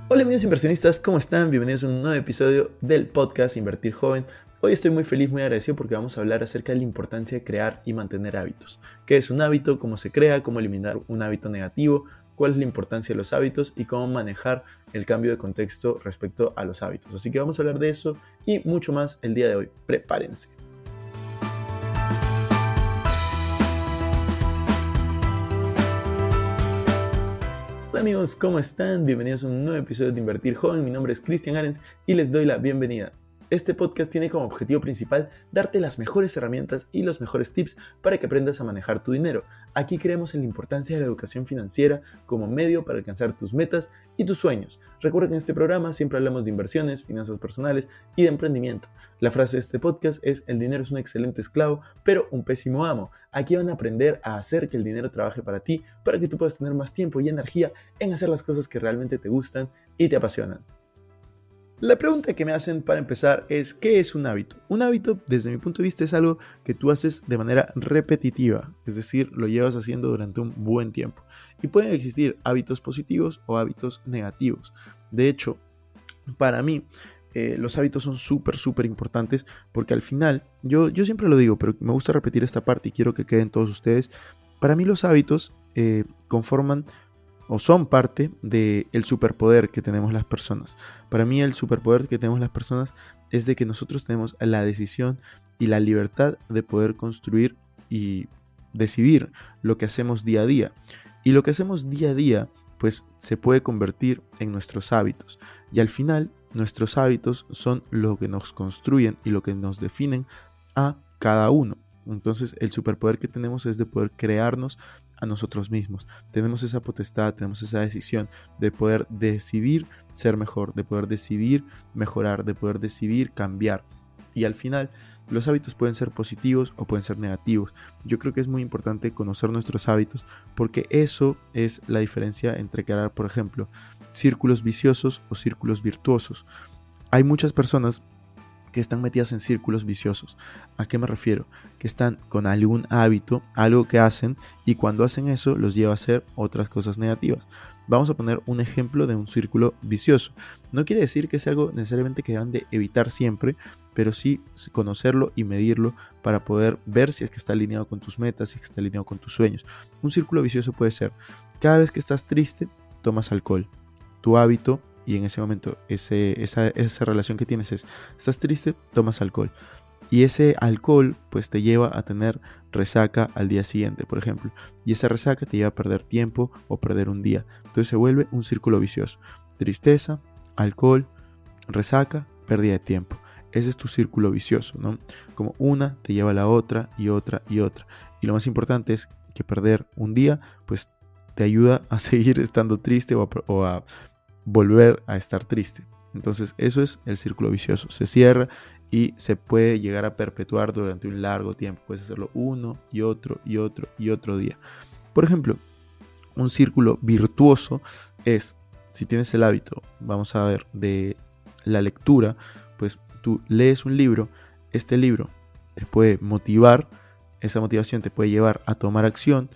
Hola amigos inversionistas, ¿cómo están? Bienvenidos a un nuevo episodio del podcast Invertir Joven. Hoy estoy muy feliz, muy agradecido porque vamos a hablar acerca de la importancia de crear y mantener hábitos. ¿Qué es un hábito? ¿Cómo se crea? ¿Cómo eliminar un hábito negativo? ¿Cuál es la importancia de los hábitos? Y cómo manejar el cambio de contexto respecto a los hábitos. Así que vamos a hablar de eso y mucho más el día de hoy. Prepárense. Hola amigos, ¿cómo están? Bienvenidos a un nuevo episodio de Invertir Joven. Mi nombre es Cristian Arens y les doy la bienvenida. Este podcast tiene como objetivo principal darte las mejores herramientas y los mejores tips para que aprendas a manejar tu dinero. Aquí creemos en la importancia de la educación financiera como medio para alcanzar tus metas y tus sueños. Recuerda que en este programa siempre hablamos de inversiones, finanzas personales y de emprendimiento. La frase de este podcast es: el dinero es un excelente esclavo, pero un pésimo amo. Aquí van a aprender a hacer que el dinero trabaje para ti, para que tú puedas tener más tiempo y energía en hacer las cosas que realmente te gustan y te apasionan. La pregunta que me hacen para empezar es: ¿qué es un hábito? Un hábito, desde mi punto de vista, es algo que tú haces de manera repetitiva, es decir, lo llevas haciendo durante un buen tiempo. Y pueden existir hábitos positivos o hábitos negativos. De hecho, para mí, los hábitos son súper importantes porque al final, yo siempre lo digo, pero me gusta repetir esta parte y quiero que queden todos ustedes. Para mí los hábitos conforman o son parte del superpoder que tenemos las personas. Para mí el superpoder que tenemos las personas es de que nosotros tenemos la decisión y la libertad de poder construir y decidir lo que hacemos día a día. Y lo que hacemos día a día pues se puede convertir en nuestros hábitos. Y al final nuestros hábitos son lo que nos construyen y lo que nos definen a cada uno. Entonces el superpoder que tenemos es de poder crearnos a nosotros mismos. Tenemos esa potestad, tenemos esa decisión de poder decidir ser mejor, de poder decidir mejorar, de poder decidir cambiar. Y al final los hábitos pueden ser positivos o pueden ser negativos. Yo creo que es muy importante conocer nuestros hábitos porque eso es la diferencia entre crear, por ejemplo, círculos viciosos o círculos virtuosos. Hay muchas personas que están metidas en círculos viciosos. ¿A qué me refiero? Que están con algún hábito, algo que hacen, y cuando hacen eso los lleva a hacer otras cosas negativas. Vamos a poner un ejemplo de un círculo vicioso. No quiere decir que sea algo necesariamente que deban de evitar siempre, pero sí conocerlo y medirlo para poder ver si es que está alineado con tus metas, si es que está alineado con tus sueños. Un círculo vicioso puede ser: cada vez que estás triste, tomas alcohol. Tu hábito, y en ese momento esa relación que tienes es: estás triste, tomas alcohol. Y ese alcohol pues te lleva a tener resaca al día siguiente, por ejemplo. Y esa resaca te lleva a perder tiempo o perder un día. Entonces se vuelve un círculo vicioso. Tristeza, alcohol, resaca, pérdida de tiempo. Ese es tu círculo vicioso, ¿no? Como una te lleva a la otra y otra y otra. Y lo más importante es que perder un día pues te ayuda a seguir estando triste o a volver a estar triste. Entonces eso es el círculo vicioso. Se cierra y se puede llegar a perpetuar durante un largo tiempo. Puedes hacerlo uno y otro y otro y otro día. Por ejemplo, un círculo virtuoso es: si tienes el hábito, vamos a ver, de la lectura, pues tú lees un libro, este libro te puede motivar, esa motivación te puede llevar a tomar acción,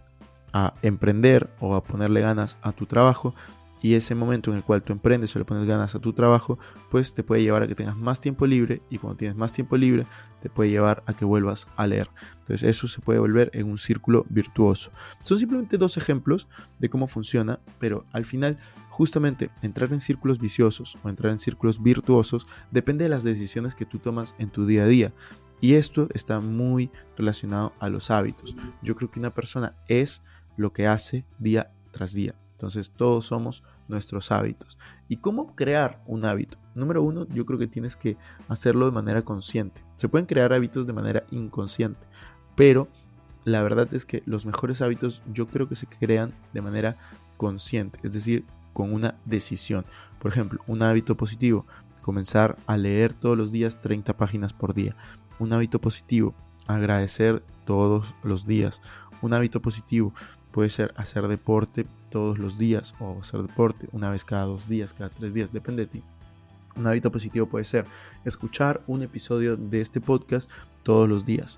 a emprender o a ponerle ganas a tu trabajo. Y ese momento en el cual tú emprendes o le pones ganas a tu trabajo, pues te puede llevar a que tengas más tiempo libre, y cuando tienes más tiempo libre te puede llevar a que vuelvas a leer. Entonces eso se puede volver en un círculo virtuoso. Son simplemente dos ejemplos de cómo funciona, pero al final justamente entrar en círculos viciosos o entrar en círculos virtuosos depende de las decisiones que tú tomas en tu día a día. Y esto está muy relacionado a los hábitos. Yo creo que una persona es lo que hace día tras día. Entonces todos somos nuestros hábitos. ¿Y cómo crear un hábito? Número uno, yo creo que tienes que hacerlo de manera consciente. Se pueden crear hábitos de manera inconsciente, pero la verdad es que los mejores hábitos yo creo que se crean de manera consciente, es decir, con una decisión. Por ejemplo, un hábito positivo: comenzar a leer todos los días 30 páginas por día. Un hábito positivo: agradecer todos los días. Un hábito positivo puede ser hacer deporte todos los días, o hacer deporte una vez cada 2 días, cada 3 días, depende de ti. Un hábito positivo puede ser escuchar un episodio de este podcast todos los días.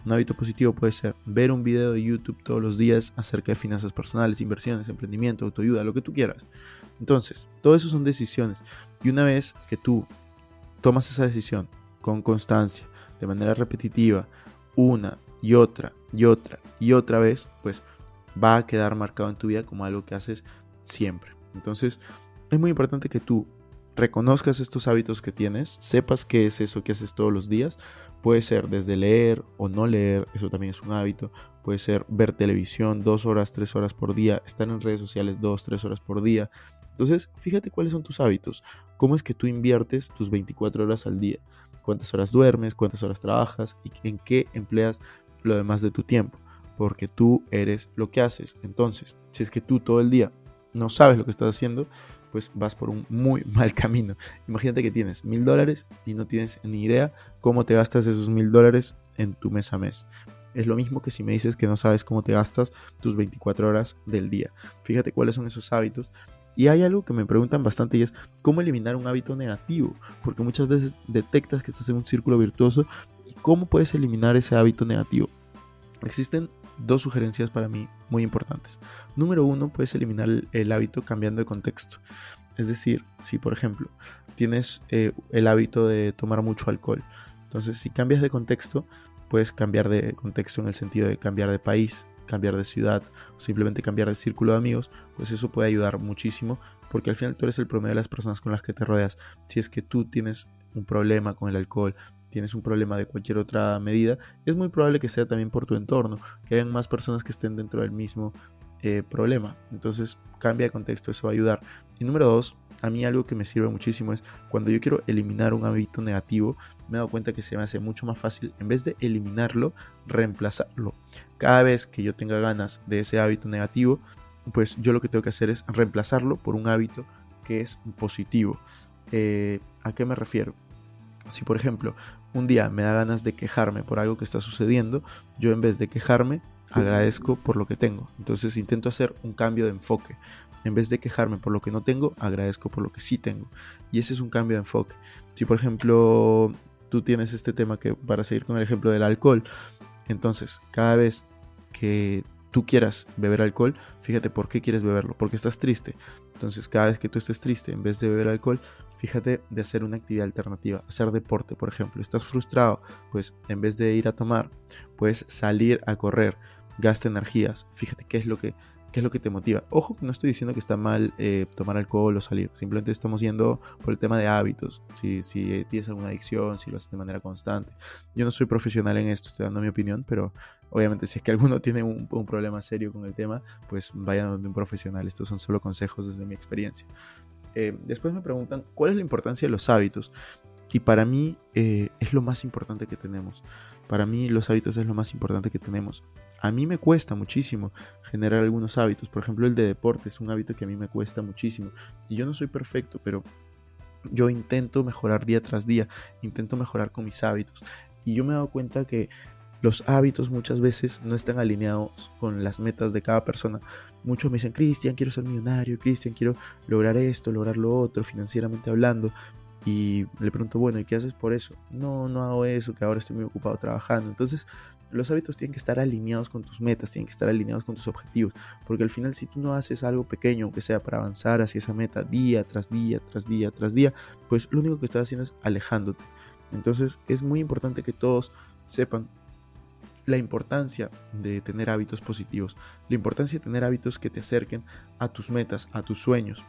Un hábito positivo puede ser ver un video de YouTube todos los días acerca de finanzas personales, inversiones, emprendimiento, autoayuda, lo que tú quieras. Entonces, todo eso son decisiones. Y una vez que tú tomas esa decisión con constancia, de manera repetitiva, una y otra y otra y otra vez, pues va a quedar marcado en tu vida como algo que haces siempre. Entonces, es muy importante que tú reconozcas estos hábitos que tienes, sepas qué es eso que haces todos los días. Puede ser desde leer o no leer, eso también es un hábito. Puede ser ver televisión 2 horas, 3 horas por día, estar en redes sociales 2, 3 horas por día. Entonces, fíjate cuáles son tus hábitos, cómo es que tú inviertes tus 24 horas al día, cuántas horas duermes, cuántas horas trabajas y en qué empleas lo demás de tu tiempo, porque tú eres lo que haces. Entonces, si es que tú todo el día no sabes lo que estás haciendo, pues vas por un muy mal camino. Imagínate que tienes $1,000 y no tienes ni idea cómo te gastas esos $1,000 en tu mes a mes. Es lo mismo que si me dices que no sabes cómo te gastas tus 24 horas del día. Fíjate cuáles son esos hábitos. Y hay algo que me preguntan bastante y es cómo eliminar un hábito negativo, porque muchas veces detectas que estás en un círculo virtuoso y cómo puedes eliminar ese hábito negativo. Existen 2 sugerencias para mí muy importantes. Número 1, puedes eliminar el hábito cambiando de contexto. Es decir, si por ejemplo tienes el hábito de tomar mucho alcohol, entonces si cambias de contexto, puedes cambiar de contexto en el sentido de cambiar de país, cambiar de ciudad o simplemente cambiar de círculo de amigos, pues eso puede ayudar muchísimo, porque al final tú eres el promedio de las personas con las que te rodeas. Si es que tú tienes un problema con el alcohol, tienes un problema de cualquier otra medida, es muy probable que sea también por tu entorno, que hayan más personas que estén dentro del mismo problema. Entonces cambia de contexto, eso va a ayudar. Y número 2, a mí algo que me sirve muchísimo es cuando yo quiero eliminar un hábito negativo, me he dado cuenta que se me hace mucho más fácil, en vez de eliminarlo, reemplazarlo. Cada vez que yo tenga ganas de ese hábito negativo, pues yo lo que tengo que hacer es reemplazarlo por un hábito que es positivo. ¿A qué me refiero? Si por ejemplo un día me da ganas de quejarme por algo que está sucediendo, yo en vez de quejarme agradezco por lo que tengo. Entonces intento hacer un cambio de enfoque. En vez de quejarme por lo que no tengo, agradezco por lo que sí tengo. Y ese es un cambio de enfoque. Si por ejemplo tú tienes este tema, que para seguir con el ejemplo del alcohol, entonces cada vez que tú quieras beber alcohol, fíjate por qué quieres beberlo, porque estás triste. Entonces cada vez que tú estés triste, en vez de beber alcohol, fíjate de hacer una actividad alternativa, hacer deporte, por ejemplo. Estás frustrado, pues en vez de ir a tomar, puedes salir a correr, gasta energías. Fíjate qué es lo que te motiva. Ojo que no estoy diciendo que está mal tomar alcohol o salir, simplemente estamos yendo por el tema de hábitos. Si tienes alguna adicción, si lo haces de manera constante. Yo no soy profesional en esto, estoy dando mi opinión, pero obviamente si es que alguno tiene un problema serio con el tema, pues vayan donde un profesional. Estos son solo consejos desde mi experiencia. Después me preguntan cuál es la importancia de los hábitos, y para mí es lo más importante que tenemos. Para mí los hábitos es lo más importante que tenemos. A mí me cuesta muchísimo generar algunos hábitos. Por ejemplo, el de deporte es un hábito que a mí me cuesta muchísimo, y yo no soy perfecto, pero yo intento mejorar día tras día, intento mejorar con mis hábitos, y yo me he dado cuenta que los hábitos muchas veces no están alineados con las metas de cada persona. Muchos me dicen: Cristian, quiero ser millonario, Cristian, quiero lograr esto, lograr lo otro, financieramente hablando. Y le pregunto: bueno, ¿y qué haces por eso? No hago eso, que ahora estoy muy ocupado trabajando. Entonces, los hábitos tienen que estar alineados con tus metas, tienen que estar alineados con tus objetivos. Porque al final, si tú no haces algo pequeño, aunque sea para avanzar hacia esa meta día tras día, tras día, tras día, pues lo único que estás haciendo es alejándote. Entonces, es muy importante que todos sepan la importancia de tener hábitos positivos, la importancia de tener hábitos que te acerquen a tus metas, a tus sueños.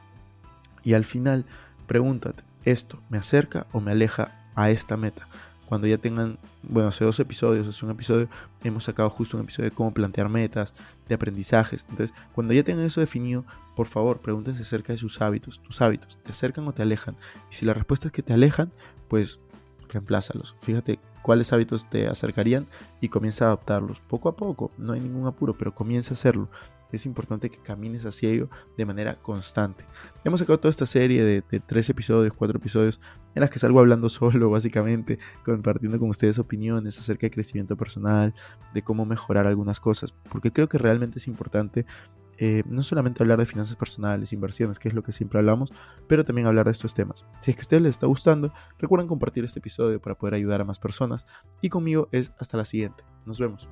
Y al final, pregúntate: ¿esto me acerca o me aleja a esta meta? Cuando ya tengan, hace un episodio, hemos sacado justo un episodio de cómo plantear metas, de aprendizajes. Entonces, cuando ya tengan eso definido, por favor, pregúntense acerca de sus hábitos. ¿Tus hábitos te acercan o te alejan? Y si la respuesta es que te alejan, pues reemplázalos. Fíjate cuáles hábitos te acercarían y comienza a adoptarlos poco a poco. No hay ningún apuro, pero comienza a hacerlo. Es importante que camines hacia ello de manera constante. Hemos sacado toda esta serie de 3 episodios, 4 episodios, en las que salgo hablando solo, básicamente, compartiendo con ustedes opiniones acerca de crecimiento personal, de cómo mejorar algunas cosas, porque creo que realmente es importante no solamente hablar de finanzas personales, inversiones, que es lo que siempre hablamos, pero también hablar de estos temas. Si es que a ustedes les está gustando, recuerden compartir este episodio para poder ayudar a más personas. Y conmigo es hasta la siguiente. Nos vemos.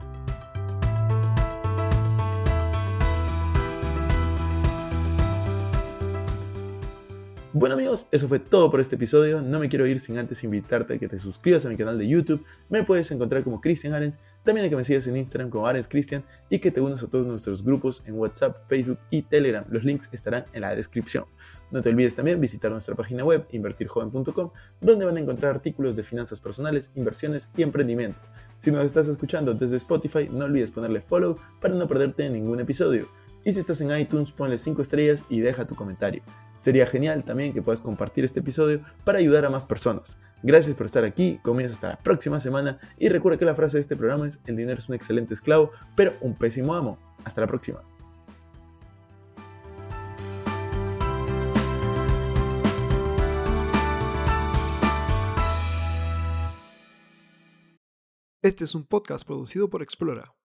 Bueno amigos, eso fue todo por este episodio. No me quiero ir sin antes invitarte a que te suscribas a mi canal de YouTube. Me puedes encontrar como Cristian Arens, también a que me sigas en Instagram como Arens Cristian y que te unas a todos nuestros grupos en WhatsApp, Facebook y Telegram. Los links estarán en la descripción. No te olvides también visitar nuestra página web invertirjoven.com, donde van a encontrar artículos de finanzas personales, inversiones y emprendimiento. Si nos estás escuchando desde Spotify, no olvides ponerle follow para no perderte ningún episodio. Y si estás en iTunes, ponle 5 estrellas y deja tu comentario. Sería genial también que puedas compartir este episodio para ayudar a más personas. Gracias por estar aquí, comienzo hasta la próxima semana y recuerda que la frase de este programa es: el dinero es un excelente esclavo, pero un pésimo amo. Hasta la próxima. Este es un podcast producido por Explora.